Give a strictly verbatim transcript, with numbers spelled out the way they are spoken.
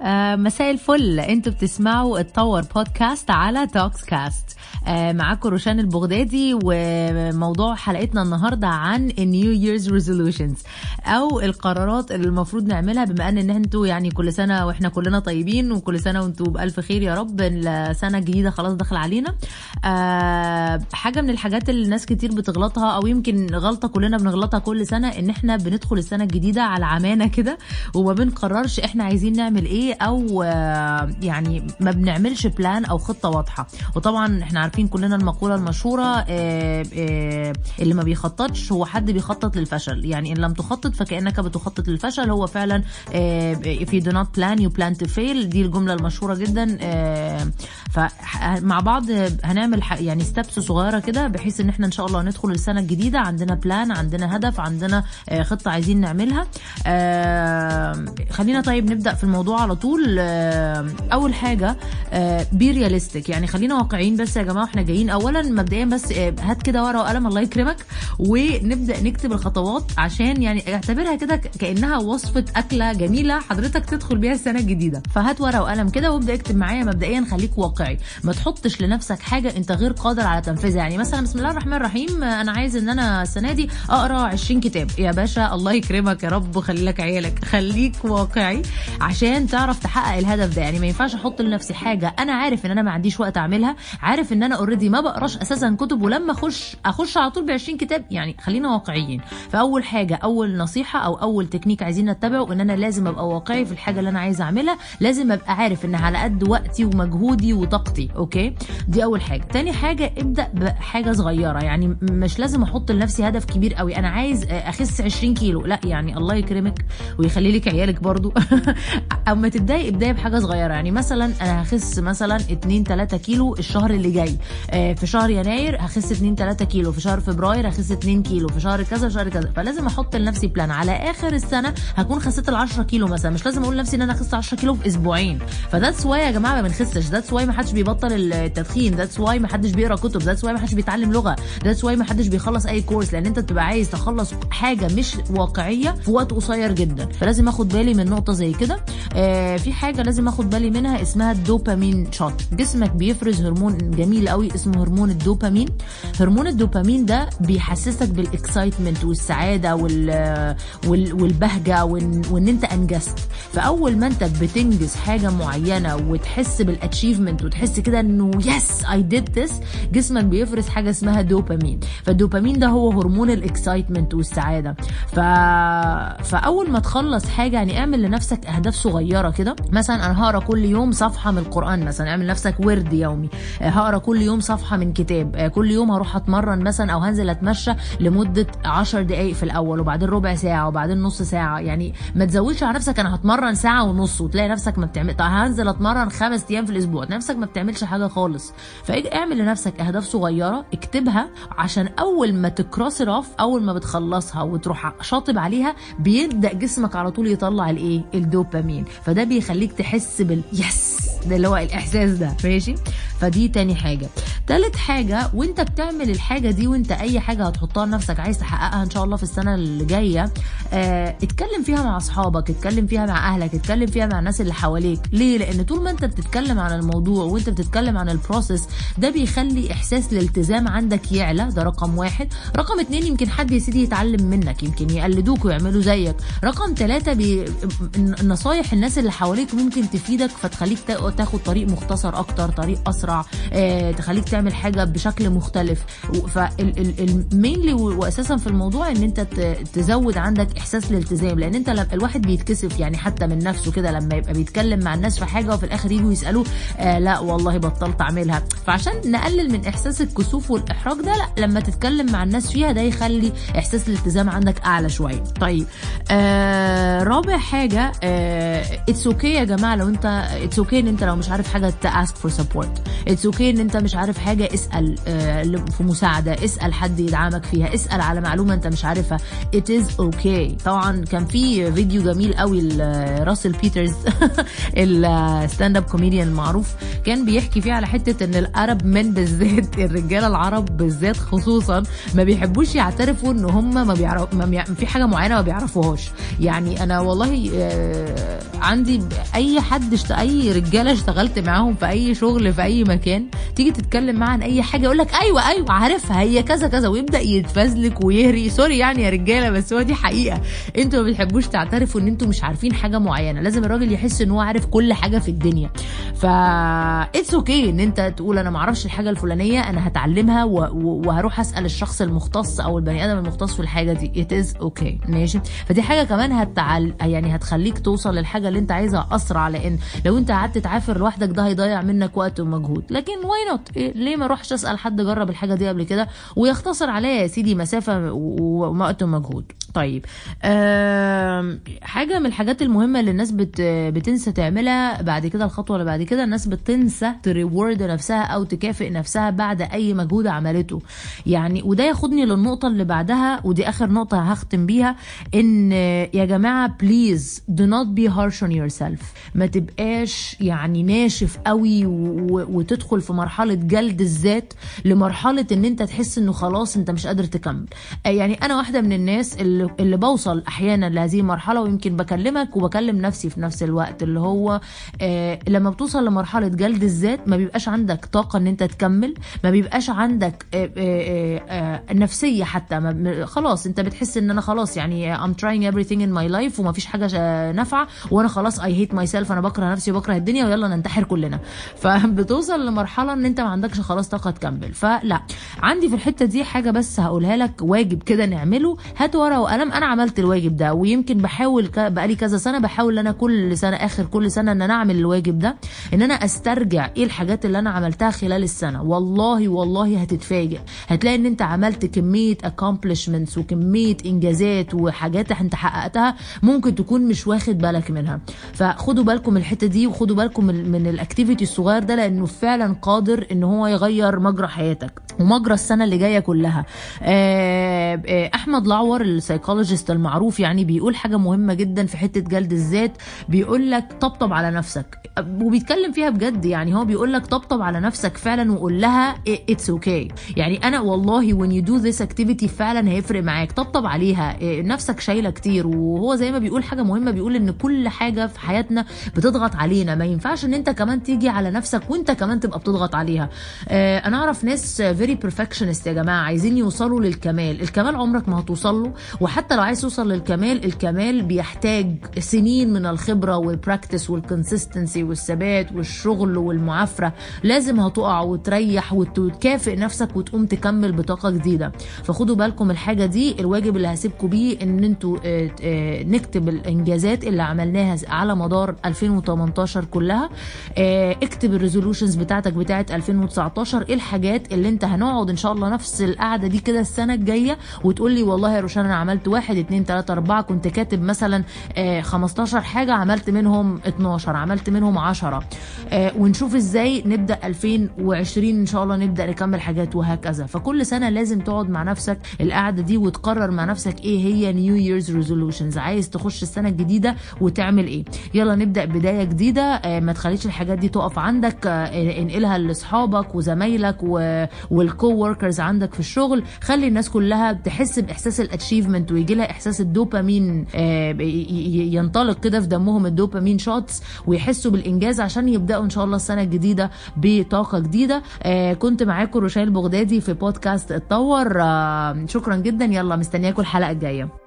آه مساء الفل، انتوا بتسمعوا اتطور بودكاست على توكس كاست. آه معاكم روشان البغدادي، وموضوع حلقتنا النهارده عن النيو ييرز ريزولوشنز او القرارات اللي المفروض نعملها، بما ان انتوا يعني كل سنه واحنا كلنا طيبين، وكل سنه وانتوا بالف خير يا رب. السنه الجديده خلاص داخل علينا. آه حاجه من الحاجات اللي الناس كتير بتغلطها، او يمكن غلطه كلنا بنغلطها كل سنه، ان احنا بندخل السنه الجديده على عمانه كده وما بنقررش احنا عايزين نعمل ايه، او يعني ما بنعملش بلان او خطه واضحه. وطبعا احنا عارفين كلنا المقوله المشهوره اللي ما بيخططش هو حد بيخطط للفشل. يعني ان لم تخطط فكانك بتخطط للفشل. هو فعلا if you do not plan you plan to fail، دي الجمله المشهوره جدا. فمع بعض هنعمل يعني ستيبس صغيره كده، بحيث ان احنا ان شاء الله ندخل السنه الجديده عندنا بلان، عندنا هدف، عندنا خطه عايزين نعملها. خلينا طيب نبدا في الموضوع على طول. اول حاجه بي رياليستيك، يعني خلينا واقعيين بس يا جماعه. احنا جايين اولا مبدئيا بس هات كده ورقه وقلم الله يكرمك، ونبدا نكتب الخطوات، عشان يعني اعتبرها كده كانها وصفه اكله جميله حضرتك تدخل بيها السنه الجديده. فهات ورقه وقلم كده وابدا اكتب معايا. مبدئيا خليك واقعي، ما تحطش لنفسك حاجه انت غير قادر على تنفيذها. يعني مثلا بسم الله الرحمن الرحيم، انا عايز ان انا السنه دي اقرا عشرين كتاب. يا باشا الله يكرمك يا رب، خلي لك عيالك. خليك واقعي عشان تعرف تحقق الهدف ده. يعني ما ينفعش احط لنفسي حاجه انا عارف ان انا ما عنديش وقت اعملها، عارف ان انا اوريدي ما بقراش اساسا كتب، ولما اخش اخش على طول ب عشرين كتاب. يعني خلينا واقعيين. فاول حاجه، اول نصيحه او اول تكنيك عايزين نتبعه، ان انا لازم ابقى واقعي في الحاجه اللي انا عايز اعملها. لازم ابقى عارف ان على قد وقتي ومجهودي وطاقتي. اوكي، دي اول حاجه. تاني حاجه، ابدا بحاجه صغيره. يعني مش لازم احط لنفسي هدف كبير قوي، انا عايز اخس عشرين كيلو. لا، يعني الله يكرمك ويخلي لك عيالك برضو. اما تبداي ابداي بحاجه صغيره. يعني مثلا انا هخس مثلا اتنين تلاتة كيلو الشهر اللي جاي. آه في شهر يناير هخس اتنين تلاتة كيلو، في شهر فبراير هخس اتنين كيلو، في شهر كذا شهر كذا. فلازم احط لنفسي بلان. على اخر السنه هكون خسيت ال عشرة كيلو مثلا. مش لازم اقول لنفسي ان انا خسيت عشرة كيلو في اسبوعين. فذاتس واي يا جماعه ما بنخسش. ذاتس واي ما حدش بيبطل التدخين. ذاتس واي ما حدش بيقرا كتب. ذاتس واي ما حدش بيتعلم لغه. ذاتس واي ما حدش بيخلص اي كورس، لان انت بتبقى عايز تخلص حاجه مش واقعيه في وقت قصير جدا. فلازم اخد بالي من نقطه زي كده. آه في حاجه لازم اخد بالي منها اسمها الدوبامين شوت. جسمك بيفرز هرمون جميل قوي اسمه هرمون الدوبامين. هرمون الدوبامين ده بيحسسك بالاكسايتمنت والسعاده وال والبهجه وان, وإن انت انجزت. فاول ما انت بتنجز حاجه معينه وتحس بالاتشيفمنت وتحس كده انه يس اي ديد ذس، جسمك بيفرز حاجه اسمها دوبامين. فالدوبامين ده هو هرمون الاكسايتمنت والسعاده. ف... فاول ما تخلص حاجه، يعني اعمل لنفسك اهداف صغيره كده. مثلا انا هقرا كل يوم صفحه من القران مثلا. اعمل نفسك ورد يومي. هقرا كل يوم صفحه من كتاب. كل يوم هروح اتمرن مثلا، او هنزل اتمشى لمده عشر دقائق في الاول، وبعدين ربع ساعه، وبعدين نص ساعه. يعني ما تزودش على نفسك انا هتمرن ساعه ونص وتلاقي نفسك ما بتعمل. طيب هنزل اتمرن خمس ايام في الاسبوع، نفسك ما بتعملش حاجه خالص. فاعمل لنفسك اهداف صغيره، اكتبها، عشان اول ما تكراس راف، اول ما بتخلصها وتروح شاطب عليها، بيبدا جسمك على طول يطلع الايه الدوبامين. فده بيخليك تحس باليس، ده اللي هو الاحساس ده. ماشي، فدي تاني حاجه. تالت حاجه، وانت بتعمل الحاجه دي، وانت اي حاجه هتحطها لنفسك عايز تحققها ان شاء الله في السنه اللي جايه، اه اتكلم فيها مع اصحابك، اتكلم فيها مع اهلك، اتكلم فيها مع الناس اللي حواليك. ليه؟ لان طول ما انت بتتكلم عن الموضوع وانت بتتكلم عن البروسيس ده، بيخلي احساس الالتزام عندك يعلى. ده رقم واحد. رقم اتنين، يمكن حد يا سيدي يتعلم منك، يمكن يقلدوك ويعملوا زيك. رقم ثلاثة، بي... نصايح الناس اللي حواليك ممكن تفيدك، فتخليك تاخد طريق مختصر اكتر، طريق اسرع، اه تخليك تعمل حاجه بشكل مختلف. فالمينلي واساسا في الموضوع ان انت تزود عندك احساس الالتزام. لان انت لما الواحد بيتكسف يعني حتى من نفسه كده، لما يبقى بيتكلم مع الناس في حاجه وفي الاخر يجوا يسالوه آه لا والله بطلت اعملها. فعشان نقلل من احساس الكسوف والاحراج ده، لا، لما تتكلم مع الناس فيها ده يخلي احساس الالتزام عندك اعلى شويه. طيب آه رابع حاجه، اتس اوكي يا جماعه لو انت اتس اوكي ان انت لو مش عارف حاجه تاسك فور سبورت. اتس اوكي okay ان انت مش عارف حاجه، اسال في مساعده، اسال حد يدعمك فيها، اسال على معلومه انت مش عارفها. ات از اوكي. طبعا كان في فيديو جميل قوي لراسل بيترز الستاند اب كوميديان المعروف، كان بيحكي فيه على حته ان العرب من بالذات الرجاله العرب بالذات خصوصا ما بيحبوش يعترفوا ان هم ما بيعرفوا ما بيع... في حاجه معينه ما بيعرفوهاش. يعني انا والله آه عندي اي حد اشت... اي رجاله اشتغلت معاهم في اي شغل في اي مكان، تيجي تتكلم معاه عن اي حاجه يقول لك ايوه ايوه عارفها هي كذا كذا، ويبدا يتفزلك ويهري. سوري يعني يا رجاله بس هو دي حقيقه، انتوا ما بتحبوش تعترفوا ان انتوا مش عارفين حاجه معينه. لازم الراجل يحس ان هو عارف كل حاجه في الدنيا. ف اتس اوكي ان انت تقول انا ما اعرفش الحاجه الفلانيه، انا هتعلمها و... و... وهروح اسال الشخص المختص او البني ادم المختص في الحاجه دي. ات از اوكي ماشي. فدي حاجه كمان هتعل... يعني هتخليك توصل للحاجه اللي انت عايزها اسرع، لان لو انت قعدت تعافر لوحدك ده هيضيع منك وقت ومجهود. لكن واي نوت، ليه ما اروحش اسال حد جرب الحاجه دي قبل كده ويختصر عليا يا سيدي مسافه ووقت ومجهود. طيب حاجه من الحاجات المهمه اللي الناس بت... بتنسى تعملها بعد كده، الخطوه اللي بعد كده الناس بتنسى تريورد نفسها او تكافئ نفسها بعد اي مجهود عملته. يعني وده ياخدني للنقطه اللي بعدها، ودي اخر نقطه هختم بيها، ان يا جماعه بليز do not be harsh on yourself. ما تبقاش يعني ناشف قوي و... وتدخل في مرحله جلد الذات لمرحله ان انت تحس انه خلاص انت مش قادر تكمل. يعني انا واحده من الناس اللي, اللي بوصل احيانا لهذه المرحله، ويمكن بكلمك وبكلم نفسي في نفس الوقت، اللي هو آه لما بتوصل لمرحله جلد الذات ما بيبقاش عندك طاقه ان انت تكمل، ما بيبقاش عندك آه آه آه نفسيه حتى، ما خلاص انت بتحس ان انا خلاص يعني I'm trying everything in my life وما فيش حاجه نافعه، وانا خلاص I hate myself، انا بكره نفسي وبكره الدنيا ويلا ننتحر كلنا. فبتوصل لمرحله ان انت ما عندكش خلاص طاقه تكمل. فلا، عندي في الحته دي حاجه بس هقولها لك، واجب كده نعمله. هات ورقه وقلم، انا عملت الواجب ده ويمكن بحاول ك... بقالي كذا سنه بحاول ان انا كل سنه اخر كل سنه ان انا اعمل الواجب ده، ان انا استرجع ايه الحاجات اللي انا عملتها خلال السنه. والله والله هتتفاجئ، هتلاقي ان انت عملت كميه accomplishments وكميه انجازات وحاجات انت حققتها ممكن تكون مش واخد بالك منها. فخدوا بالكم الحته دي، وخدوا بالكم من الاكتيفيتي الصغير ده، لانه فعلا قادر ان هو يغير مجرى حياتك ومجرى السنه اللي جايه كلها. احمد لعور السايكولوجيست المعروف يعني بيقول حاجه مهمه جدا في حته جلد الذات، بيقول لك طبطب على نفسك، وبيتكلم فيها بجد. يعني هو بيقول لك طبطب على نفسك فعلا وقول لها اتس اوكي okay. يعني انا والله when you do this activity فعلا هيفرق معاك. طبطب عليها، نفسك شايله كتير. وهو زي ما بيقول حاجه مهمه، بيقول ان كل حاجه في حياتنا بتضغط علينا، ما ينفعش ان انت كمان تيجي على نفسك وانت كمان تبقى بتضغط عليها. انا اعرف ناس very perfectionist يا جماعه، عايزين يوصلوا للكمال. الكمال عمرك ما هتوصل له، وحتى لو عايز توصل للكمال، الكمال بيحتاج سنين من الخبره والبراكتس والكونسيستنسي والثبات والشغل والمعافره. لازم هتقع وتريح وتكافئ نفسك وتقوم تكمل بطاقه جديده. فخدوا بالكم الحاجه دي. الواجب اللي هسيبكم بيه ان انتوا نكتب الانجازات اللي عملناها على مدار ألفين وتمنتاشر كلها. اكتب الريزولوشنز بتاعتك بتاعت ألفين وتسعتاشر، ايه الحاجات اللي انت هنقعد ان شاء الله نفس القعده دي كده السنه الجايه وتقول لي والله يا روشان انا عملت واحد اتنين تلاته اربعه، كنت كاتب مثلا خمستاشر حاجه عملت منهم اتناشر، عملت منهم عشرة، ونشوف ازاي نبدا ألفين وعشرين ان شاء الله نبدا نكمل حاجات وهكذا. فكل سنه لازم تقعد مع نفسك القعده دي وتقرر مع نفسك ايه هي نيو ييرز ريزولوشنز، عايز تخش السنه الجديده وتعمل ايه. يلا نبدا بدايه جديده، ما تخليش الحاجات دي تقف عندك، انقلها لاصحابك وزمايلك والكو وركرز عندك في الشغل. خلي الناس كلها تحس باحساس الاتشيفمنت ويجي لها احساس الدوبامين، ينطلق كده في دمهم الدوبامين شوتس ويحسوا بالانجاز عشان يبداوا ان شاء الله السنه الجديده بطاقه جديده. كنت معاكم روشان البغدادي في بودكاست اتطور. شكرا جدا، يلا مستنياكم الحلقه الجايه.